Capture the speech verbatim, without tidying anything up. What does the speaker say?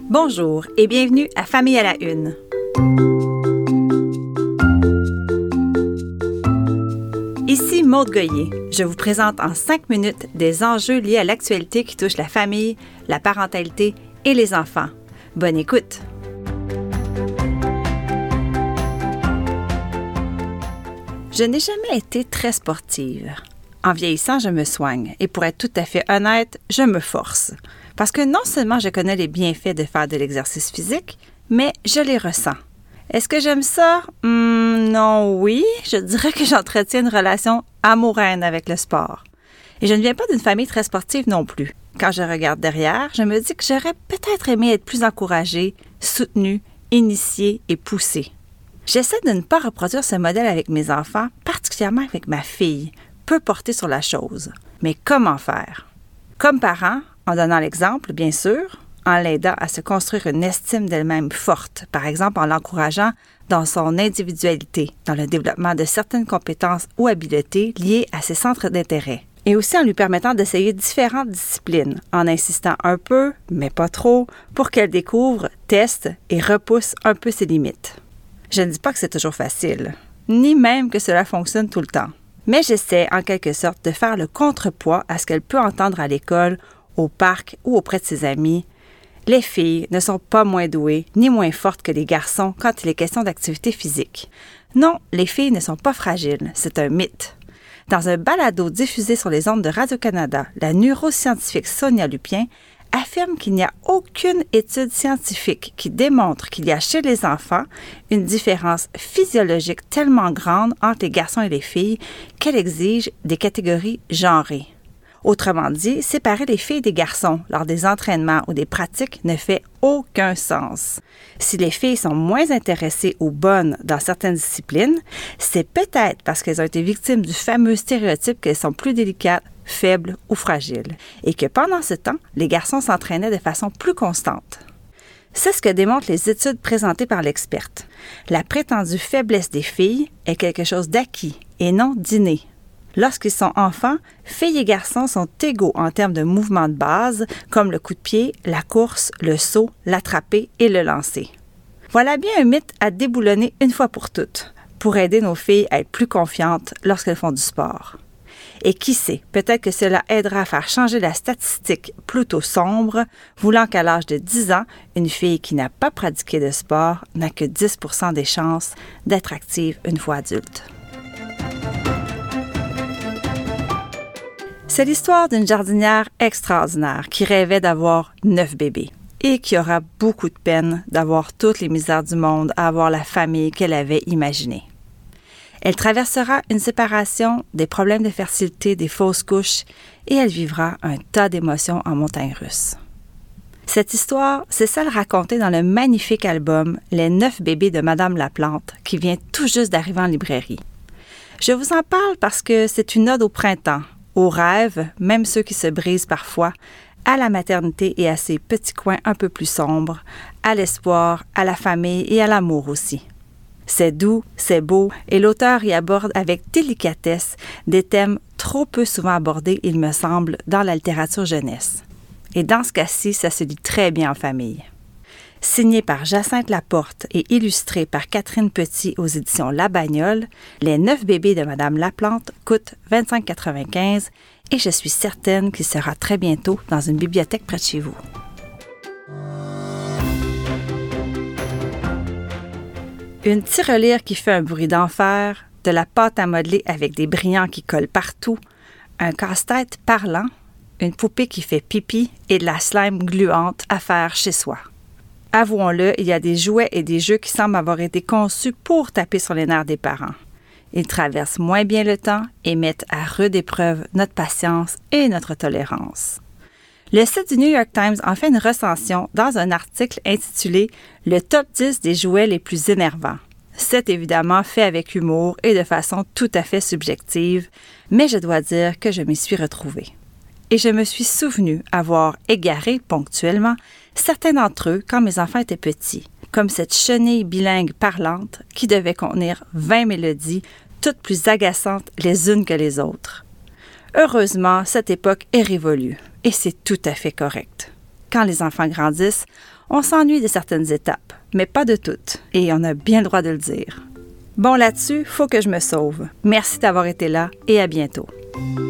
Bonjour et bienvenue à Famille à la Une. Ici Maude Goyer. Je vous présente en cinq minutes des enjeux liés à l'actualité qui touchent la famille, la parentalité et les enfants. Bonne écoute! Je n'ai jamais été très sportive. En vieillissant, je me soigne et pour être tout à fait honnête, je me force. Parce que non seulement je connais les bienfaits de faire de l'exercice physique, mais je les ressens. Est-ce que j'aime ça? Hum, non, oui. Je dirais que j'entretiens une relation amoureuse avec le sport. Et je ne viens pas d'une famille très sportive non plus. Quand je regarde derrière, je me dis que j'aurais peut-être aimé être plus encouragée, soutenue, initiée et poussée. J'essaie de ne pas reproduire ce modèle avec mes enfants, particulièrement avec ma fille, peu portée sur la chose. Mais comment faire? Comme parent, en donnant l'exemple, bien sûr, en l'aidant à se construire une estime d'elle-même forte, par exemple en l'encourageant dans son individualité, dans le développement de certaines compétences ou habiletés liées à ses centres d'intérêt. Et aussi en lui permettant d'essayer différentes disciplines, en insistant un peu, mais pas trop, pour qu'elle découvre, teste et repousse un peu ses limites. Je ne dis pas que c'est toujours facile, ni même que cela fonctionne tout le temps. Mais j'essaie, en quelque sorte, de faire le contrepoids à ce qu'elle peut entendre à l'école, au parc ou auprès de ses amis. Les filles ne sont pas moins douées ni moins fortes que les garçons quand il est question d'activité physique. Non, les filles ne sont pas fragiles, c'est un mythe. Dans un balado diffusé sur les ondes de Radio-Canada, la neuroscientifique Sonia Lupien affirme qu'il n'y a aucune étude scientifique qui démontre qu'il y a chez les enfants une différence physiologique tellement grande entre les garçons et les filles qu'elle exige des catégories genrées. Autrement dit, séparer les filles des garçons lors des entraînements ou des pratiques ne fait aucun sens. Si les filles sont moins intéressées ou bonnes dans certaines disciplines, c'est peut-être parce qu'elles ont été victimes du fameux stéréotype qu'elles sont plus délicates, faibles ou fragiles, et que pendant ce temps, les garçons s'entraînaient de façon plus constante. C'est ce que démontrent les études présentées par l'experte. La prétendue faiblesse des filles est quelque chose d'acquis et non d'inné. Lorsqu'ils sont enfants, filles et garçons sont égaux en termes de mouvements de base, comme le coup de pied, la course, le saut, l'attraper et le lancer. Voilà bien un mythe à déboulonner une fois pour toutes, pour aider nos filles à être plus confiantes lorsqu'elles font du sport. Et qui sait, peut-être que cela aidera à faire changer la statistique plutôt sombre, voulant qu'à l'âge de dix ans, une fille qui n'a pas pratiqué de sport n'a que dix pour cent des chances d'être active une fois adulte. C'est l'histoire d'une jardinière extraordinaire qui rêvait d'avoir neuf bébés et qui aura beaucoup de peine d'avoir toutes les misères du monde à avoir la famille qu'elle avait imaginée. Elle traversera une séparation, des problèmes de fertilité, des fausses couches et elle vivra un tas d'émotions en montagne russe. Cette histoire, c'est celle racontée dans le magnifique album « Les neuf bébés de Madame Laplante » qui vient tout juste d'arriver en librairie. Je vous en parle parce que c'est une ode au printemps, aux rêves, même ceux qui se brisent parfois, à la maternité et à ses petits coins un peu plus sombres, à l'espoir, à la famille et à l'amour aussi. C'est doux, c'est beau, et l'auteur y aborde avec délicatesse des thèmes trop peu souvent abordés, il me semble, dans la littérature jeunesse. Et dans ce cas-ci, ça se lit très bien en famille. Signé par Jacinthe Laporte et illustré par Catherine Petit aux éditions La Bagnole, Les neuf bébés de Madame Laplante coûtent vingt-cinq quatre-vingt-quinze et je suis certaine qu'il sera très bientôt dans une bibliothèque près de chez vous. Une tirelire qui fait un bruit d'enfer, de la pâte à modeler avec des brillants qui collent partout, un casse-tête parlant, une poupée qui fait pipi et de la slime gluante à faire chez soi. Avouons-le, il y a des jouets et des jeux qui semblent avoir été conçus pour taper sur les nerfs des parents. Ils traversent moins bien le temps et mettent à rude épreuve notre patience et notre tolérance. Le site du New York Times en fait une recension dans un article intitulé « Le top dix des jouets les plus énervants ». C'est évidemment fait avec humour et de façon tout à fait subjective, mais je dois dire que je m'y suis retrouvée. Et je me suis souvenue avoir égaré ponctuellement certains d'entre eux quand mes enfants étaient petits, comme cette chenille bilingue parlante qui devait contenir vingt mélodies, toutes plus agaçantes les unes que les autres. Heureusement, cette époque est révolue, et c'est tout à fait correct. quand les enfants grandissent, on s'ennuie de certaines étapes, mais pas de toutes, et on a bien le droit de le dire. Bon, là-dessus, faut que je me sauve. Merci d'avoir été là et à bientôt.